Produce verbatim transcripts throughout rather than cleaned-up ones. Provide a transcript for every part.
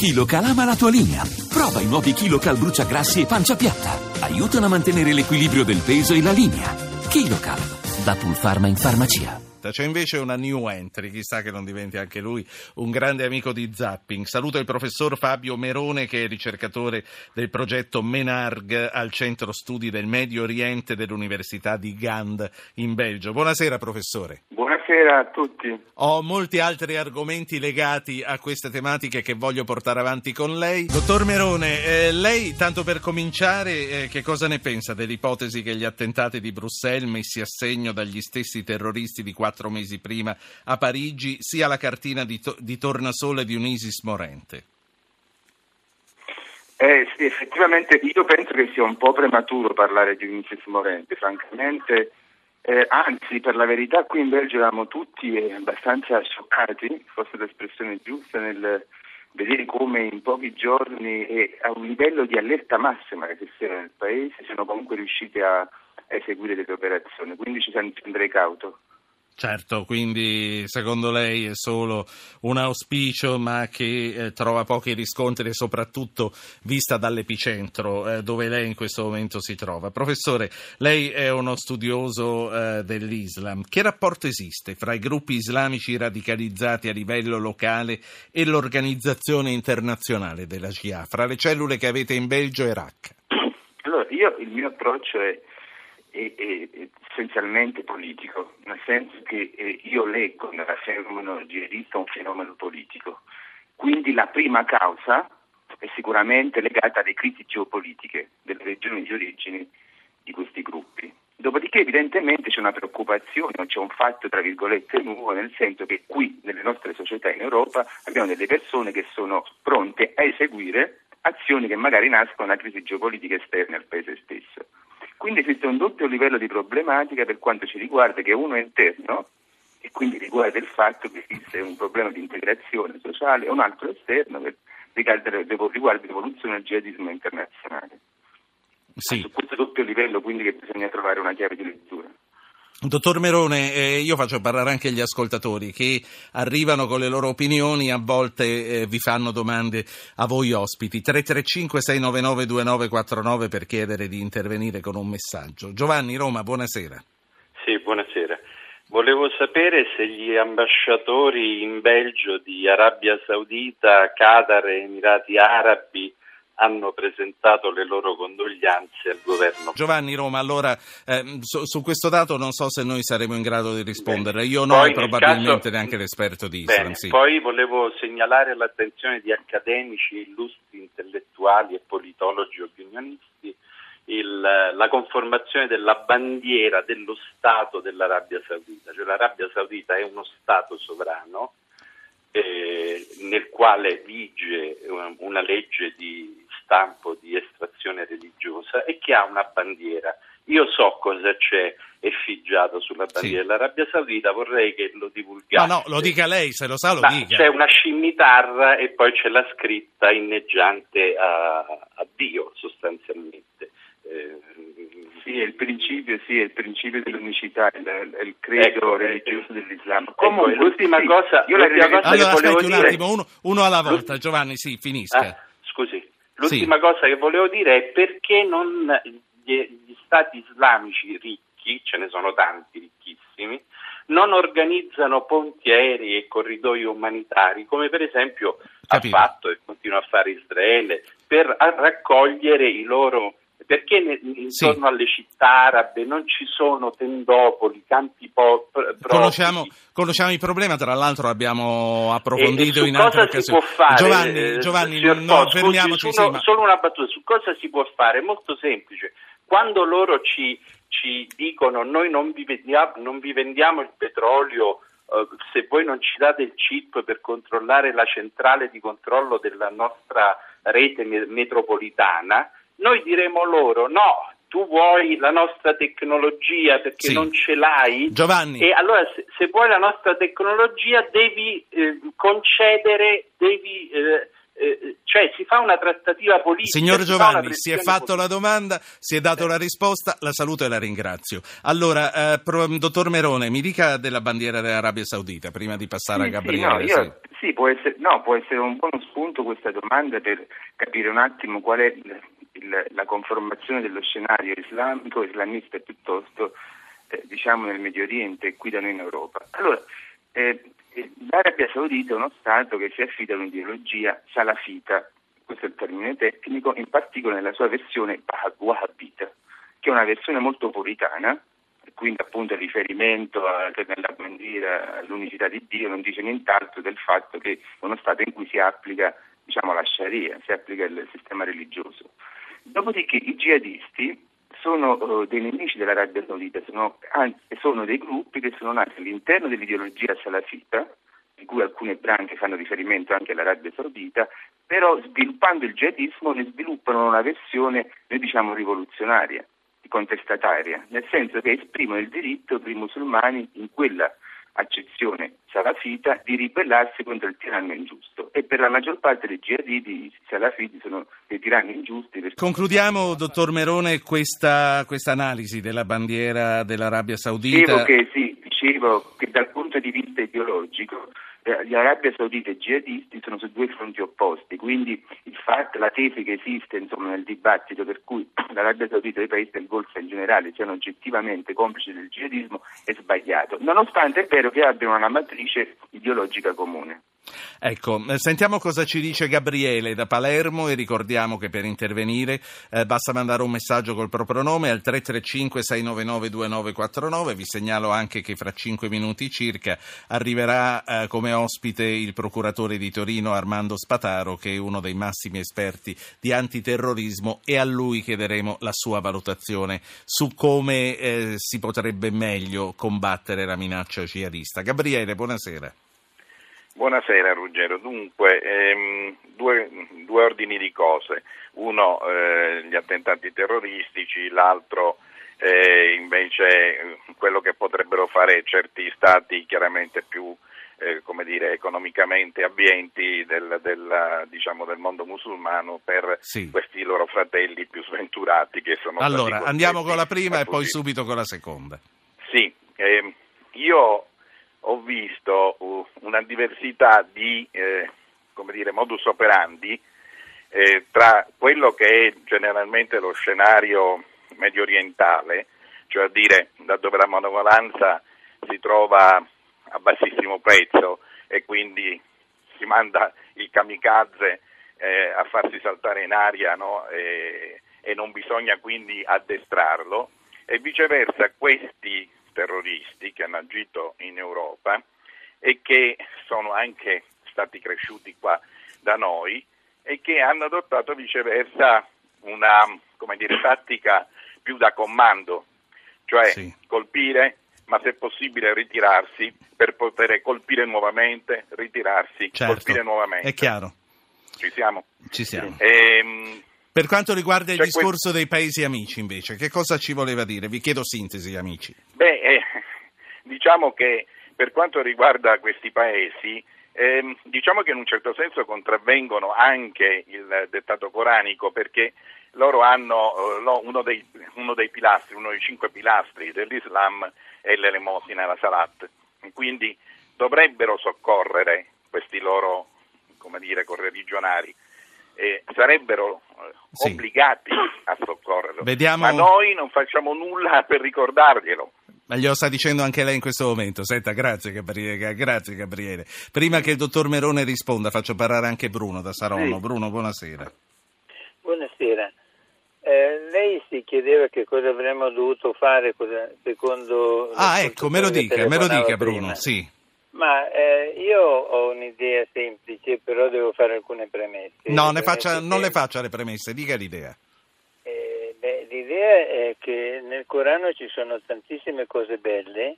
KiloCal ama la tua linea. Prova i nuovi KiloCal bruciagrassi e pancia piatta. Aiutano a mantenere l'equilibrio del peso e la linea. KiloCal, da Pulpharma in farmacia. C'è invece una new entry, chissà che non diventi anche lui un grande amico di Zapping. Saluto il professor Fabio Merone, che è ricercatore del progetto MENARG al Centro Studi del Medio Oriente dell'Università di Gand in Belgio. Buonasera professore. Buonasera a tutti. Ho molti altri argomenti legati a queste tematiche che voglio portare avanti con lei. Dottor Merone, eh, lei, tanto per cominciare, eh, che cosa ne pensa dell'ipotesi che gli attentati di Bruxelles, messi a segno dagli stessi terroristi di quattro mesi prima a Parigi, sia la cartina di, to- di tornasole di un ISIS morente? Eh, sì, effettivamente io penso che sia un po' prematuro parlare di un ISIS morente, francamente. Eh, anzi, per la verità, qui in Belgio eravamo tutti eh, abbastanza scioccati, forse l'espressione giusta, nel vedere come in pochi giorni e a un livello di allerta massima che esisteva nel paese siano comunque riusciti a, a eseguire delle operazioni, quindi ci sentirei cauto. Certo, quindi secondo lei è solo un auspicio, ma che eh, trova pochi riscontri, e soprattutto vista dall'epicentro eh, dove lei in questo momento si trova. Professore, lei è uno studioso eh, dell'Islam. Che rapporto esiste fra i gruppi islamici radicalizzati a livello locale e l'organizzazione internazionale della Jihad, fra le cellule che avete in Belgio e Raqqa? Allora, io il mio approccio è È, è essenzialmente politico, nel senso che eh, io leggo nella fenomeno jihadista un fenomeno politico, quindi la prima causa è sicuramente legata alle crisi geopolitiche delle regioni di origine di questi gruppi. Dopodiché evidentemente c'è una preoccupazione, c'è un fatto tra virgolette nuovo, nel senso che qui nelle nostre società in Europa abbiamo delle persone che sono pronte a eseguire azioni che magari nascono da crisi geopolitiche esterne al paese stesso. Quindi esiste un doppio livello di problematica per quanto ci riguarda, che uno è interno e quindi riguarda il fatto che esiste un problema di integrazione sociale, e un altro esterno che riguarda, riguarda l'evoluzione del jihadismo internazionale. Sì. Su questo doppio livello quindi che bisogna trovare una chiave di lettura. Dottor Merone, eh, io faccio parlare anche gli ascoltatori che arrivano con le loro opinioni, a volte eh, vi fanno domande a voi ospiti. tre tre cinque sei nove nove due nove quattro nove per chiedere di intervenire con un messaggio. Giovanni, Roma, buonasera. Sì, buonasera. Volevo sapere se gli ambasciatori in Belgio di Arabia Saudita, Qatar e Emirati Arabi hanno presentato le loro condoglianze al governo. Giovanni, Roma, allora eh, su, su questo dato non so se noi saremo in grado di rispondere. Io no, e probabilmente caso... neanche l'esperto di Islam. Bene, sì. Poi volevo segnalare l'attenzione di accademici, illustri intellettuali e politologi opinionisti il, la conformazione della bandiera dello Stato dell'Arabia Saudita. Cioè l'Arabia Saudita è uno Stato sovrano eh, nel quale vige una, una legge di stampo di estrazione religiosa e che ha una bandiera. Io so cosa c'è effigiato sulla bandiera sì. dell'Arabia Saudita, vorrei che lo divulgasse. No, no, lo dica lei, se lo sa lo Ma dica. C'è una scimitarra e poi c'è la scritta inneggiante a, a Dio, sostanzialmente. Eh, Sì, è il principio, sì, è il principio dell'unicità, è il, è il credo ecco, religioso dell'Islam. Ecco, Comunque, l'ultima sì, cosa, io l'ultima cosa allora, che volevo aspetti dire... un attimo, uno, uno alla volta, Giovanni, sì, finisca. Ah, scusi, l'ultima sì. cosa che volevo dire è perché non gli, gli stati islamici ricchi, ce ne sono tanti ricchissimi, non organizzano ponti aerei e corridoi umanitari, come per esempio Capito. ha fatto e continua a fare Israele, per raccogliere i loro... Perché intorno sì. alle città arabe non ci sono tendopoli, campi po- conosciamo, conosciamo il problema, tra l'altro abbiamo approfondito e, e in altre occasioni. Giovanni, eh, Giovanni no, no, fermiamoci. Scusi, solo, sì, ma... solo una battuta, su cosa si può fare? È molto semplice. Quando loro ci, ci dicono noi non vi vendiamo, non vi vendiamo il petrolio uh, se voi non ci date il chip per controllare la centrale di controllo della nostra rete me- metropolitana, noi diremo loro no, tu vuoi la nostra tecnologia perché sì. non ce l'hai, Giovanni. E allora se, se vuoi la nostra tecnologia devi eh, concedere, devi eh, eh, cioè si fa una trattativa politica. Signor si Giovanni, si è fatto politica. la domanda, si è dato eh. la risposta, la saluto e la ringrazio. Allora, eh, pro, dottor Merone, mi dica della bandiera dell'Arabia Saudita prima di passare sì, a Gabriele. Sì, no, io, Sì, può essere, no, può essere un buono spunto questa domanda per capire un attimo qual è il, il, la conformazione dello scenario islamico, islamista piuttosto, eh, diciamo nel Medio Oriente e qui da noi in Europa. Allora, eh, l'Arabia Saudita è uno Stato che si affida a un'ideologia salafita, questo è il termine tecnico, in particolare nella sua versione wahhabita, che è una versione molto puritana, quindi appunto il riferimento a, nella bandiera all'unicità di Dio non dice nient'altro del fatto che è uno Stato in cui si applica, diciamo, la Sharia, si applica il sistema religioso. Dopodiché i jihadisti sono uh, dei nemici dell'Arabia Saudita, sono, anzi, sono dei gruppi che sono nati all'interno dell'ideologia salafita, di cui alcune branche fanno riferimento anche all'Arabia Saudita, però sviluppando il jihadismo ne sviluppano una versione, noi diciamo, rivoluzionaria, contestataria, nel senso che esprimono il diritto per i musulmani in quella accezione salafita di ribellarsi contro il tiranno ingiusto, e per la maggior parte dei jihaditi i salafiti sono dei tiranni ingiusti. Perché... Concludiamo, dottor Merone, questa, questa analisi della bandiera dell'Arabia Saudita. Dicevo che sì, dicevo che dal punto di vista ideologico eh, gli Arabia Saudita e i jihadisti sono su due fronti opposti, quindi il fatto, la tesi che esiste insomma nel dibattito per cui l'Arabia Saudita e i paesi del Golfo in generale siano oggettivamente complici del jihadismo è sbagliato, nonostante è vero che abbiano una matrice ideologica comune. Ecco, sentiamo cosa ci dice Gabriele da Palermo e ricordiamo che per intervenire eh, basta mandare un messaggio col proprio nome al tre tre cinque sei nove nove due nove quattro nove. Vi segnalo anche che fra cinque minuti circa arriverà eh, come ospite il procuratore di Torino Armando Spataro, che è uno dei massimi esperti di antiterrorismo, e a lui chiederemo la sua valutazione su come eh, si potrebbe meglio combattere la minaccia jihadista. Gabriele, buonasera. Buonasera Ruggero, dunque ehm, due, due ordini di cose, uno eh, gli attentati terroristici, l'altro eh, invece quello che potrebbero fare certi stati chiaramente più eh, come dire, economicamente abbienti del, del, diciamo, del mondo musulmano per sì. questi loro fratelli più sventurati che sono allora, stati andiamo con la prima e poi subito con la seconda. Sì, ehm, io ho visto uh, una diversità di eh, come dire, modus operandi eh, tra quello che è generalmente lo scenario medio orientale, cioè a dire da dove la manovalanza si trova a bassissimo prezzo e quindi si manda il kamikaze eh, a farsi saltare in aria, no? e, e non bisogna quindi addestrarlo, e viceversa questi terroristi che hanno agito in Europa e che sono anche stati cresciuti qua da noi e che hanno adottato viceversa una, come dire, tattica più da comando, cioè sì. colpire, ma se possibile ritirarsi per poter colpire nuovamente, ritirarsi, certo. colpire nuovamente. È chiaro. Ci siamo? Ci siamo. Ehm, Per quanto riguarda il cioè discorso que- dei paesi amici, invece, che cosa ci voleva dire? Vi chiedo sintesi, amici. Beh, eh, diciamo che per quanto riguarda questi paesi, ehm, diciamo che in un certo senso contravvengono anche il dettato coranico, perché loro hanno eh, uno, dei, uno dei pilastri, uno dei cinque pilastri dell'Islam è l'elemosina, la salat, quindi dovrebbero soccorrere questi loro, come dire, correligionari. Eh, sarebbero eh, sì. obbligati a soccorrerlo, Vediamo... ma noi non facciamo nulla per ricordarglielo. Ma glielo sta dicendo anche lei in questo momento. Senta, grazie Gabriele, grazie Gabriele. Prima che il dottor Merone risponda, faccio parlare anche Bruno da Saronno. Sì. Bruno, buonasera. Buonasera. Eh, lei si chiedeva che cosa avremmo dovuto fare cosa, secondo... Ah, ecco, me lo dica, me lo dica Bruno, prima. sì. Ma eh, io ho un'idea semplice, però devo fare alcune premesse. No, le ne faccia, premesse non le faccia le premesse, dica l'idea. Eh, beh, l'idea è che nel Corano ci sono tantissime cose belle,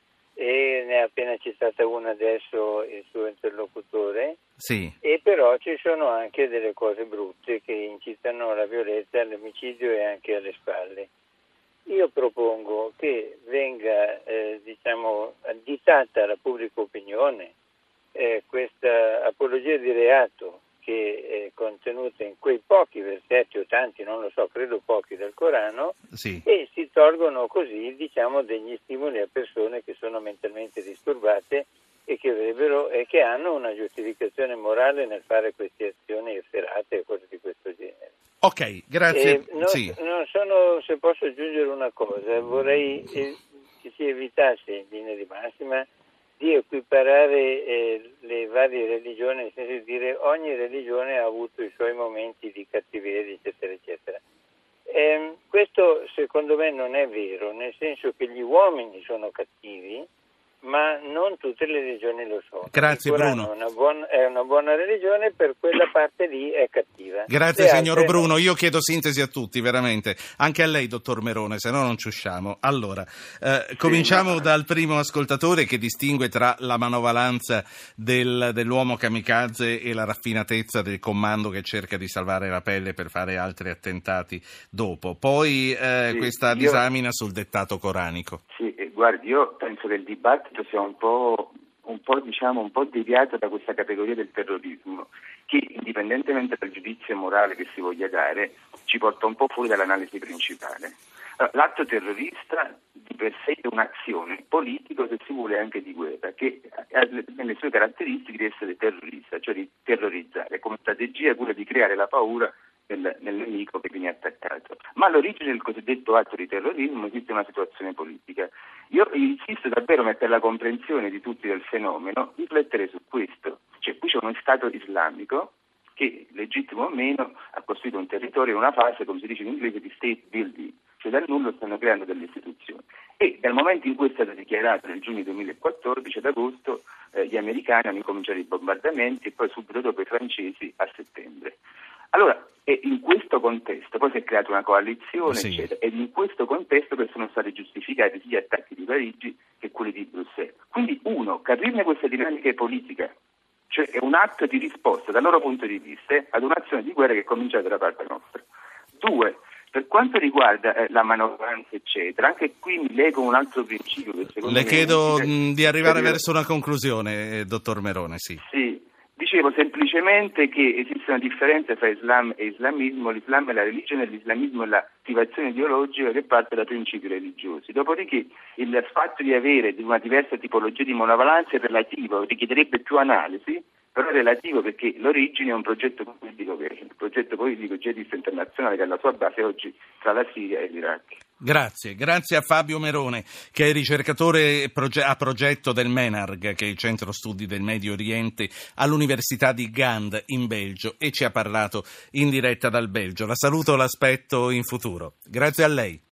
e ne ha appena citata una adesso il suo interlocutore, sì. e però ci sono anche delle cose brutte che incitano alla violenza, all'omicidio e anche alle spalle. Io propongo che venga eh, diciamo additata alla pubblica opinione eh, questa apologia di reato che è contenuta in quei pochi versetti o tanti, non lo so, credo pochi del Corano, sì. e si tolgono così diciamo degli stimoli a persone che sono mentalmente disturbate e che avrebbero e che hanno una giustificazione morale nel fare queste azioni efferate e cose di questo genere. Ok, grazie. E non, sì. non sono, se posso aggiungere una cosa, vorrei eh, che si evitasse in linea di massima di equiparare eh, le varie religioni, nel senso di dire ogni religione ha avuto i suoi momenti di cattiveria, eccetera, eccetera. Eh, questo secondo me non è vero, nel senso che gli uomini sono cattivi, ma non tutte le religioni lo sono. Grazie Bruno. È una, buona, è una buona religione, per quella parte lì è cattiva. Grazie le signor altre... Bruno, io chiedo sintesi a tutti, veramente, anche a lei dottor Merone, se no non ci usciamo. Allora, eh, cominciamo sì, no. dal primo ascoltatore che distingue tra la manovalanza del, dell'uomo kamikaze e la raffinatezza del comando che cerca di salvare la pelle per fare altri attentati dopo. Poi eh, sì, questa io... disamina sul dettato coranico. Sì, guardi, io penso che il dibattito sia un po', un po', diciamo, un po' deviato da questa categoria del terrorismo, che indipendentemente dal giudizio morale che si voglia dare, ci porta un po' fuori dall'analisi principale. L'atto terrorista di per sé è un'azione politica, se si vuole anche di guerra, che ha nelle sue caratteristiche di essere terrorista, cioè di terrorizzare, come strategia quella di creare la paura Nel, nel nemico che viene attaccato. Ma all'origine del cosiddetto atto di terrorismo esiste una situazione politica. Io insisto davvero per la comprensione di tutti del fenomeno, riflettere su questo. Cioè, qui c'è uno Stato islamico che, legittimo o meno, ha costruito un territorio in una fase, come si dice in inglese, di state building, cioè dal nulla stanno creando delle istituzioni. E dal momento in cui è stato dichiarato nel giugno duemilaquattordici, ad agosto, eh, gli americani hanno incominciato i bombardamenti e poi subito dopo i francesi a settembre. Allora, e in questo contesto, poi si è creata una coalizione, sì. eccetera, ed in questo contesto che sono stati giustificati sia gli attacchi di Parigi che quelli di Bruxelles. Quindi, uno, capirne queste dinamiche politiche, cioè è un atto di risposta dal loro punto di vista ad un'azione di guerra che è cominciata da parte nostra. Due, per quanto riguarda eh, la manovalanza, eccetera, anche qui mi leggo un altro principio che secondo Le me... Le chiedo è, di arrivare è, verso una conclusione, eh, dottor Merone, sì. Sì. Dicevo semplicemente che esiste una differenza tra Islam e Islamismo. L'Islam è la religione e l'islamismo è l'attivazione ideologica che parte da principi religiosi. Dopodiché il fatto di avere una diversa tipologia di manovalanza è relativo, richiederebbe più analisi, però è relativo perché l'origine è un progetto politico, che è il progetto politico jihadista internazionale che ha la sua base oggi tra la Siria e l'Iraq. Grazie, grazie a Fabio Merone, che è ricercatore a progetto del MENARG, che è il Centro Studi del Medio Oriente all'Università di Gand in Belgio, e ci ha parlato in diretta dal Belgio. La saluto, l'aspetto in futuro. Grazie a lei.